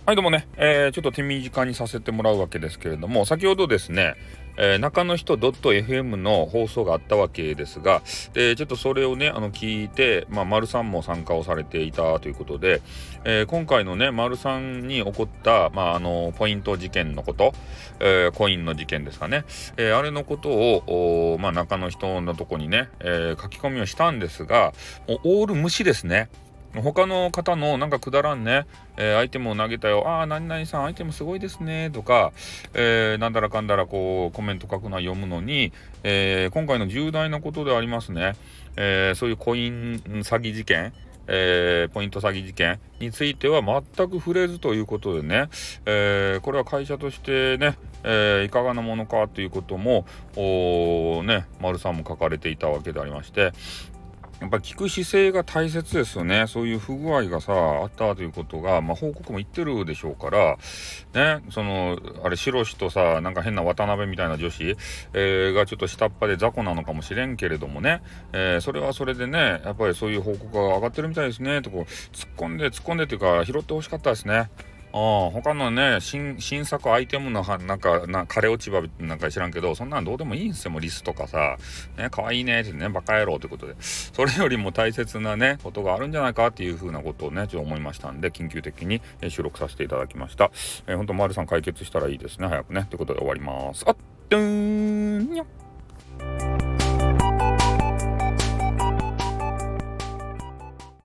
はい、どうもね、ちょっと手短にさせてもらうわけですけれども、先ほどですね、中の人 .fm の放送があったわけですが、ちょっとそれをね、聞いて、丸さんも参加をされていたということで、今回のね、丸さんに起こった、ポイント事件のこと、コインの事件ですかね、あれのことを、中の人のとこにね、書き込みをしたんですが、もうオール無視ですね。他の方のなんかくだらんね、アイテムを投げたよ。ああ、何々さんアイテムすごいですね。とか、なんだらかんだらこうコメント書くのは読むのに、今回の重大なことでありますね。そういうコイン詐欺事件、ポイント詐欺事件については全く触れずということでね、これは会社としてね、いかがなものかということも、丸さんも書かれていたわけでありまして、やっぱり聞く姿勢が大切ですよね。そういう不具合がさ、あったということが、報告も言ってるでしょうから、ね、あれ、白しとさ、なんか変な渡辺みたいな女子、がちょっと下っ端で雑魚なのかもしれんけれどもね、それはそれでね、やっぱりそういう報告が上がってるみたいですね、とこう、突っ込んでっていうか、拾ってほしかったですね。他のね、新作アイテムの枯れ落ち葉なんか知らんけど、そんなんどうでもいいんですよ。もうリスとかさ、ね、可愛いねってね、バカ野郎ということで。それよりも大切なね、ことがあるんじゃないかっていうふうなことをね、ちょっと思いましたんで、緊急的に収録させていただきました。本当丸さん解決したらいいですね、早くね。ということで終わります。あっ、どーんにょ。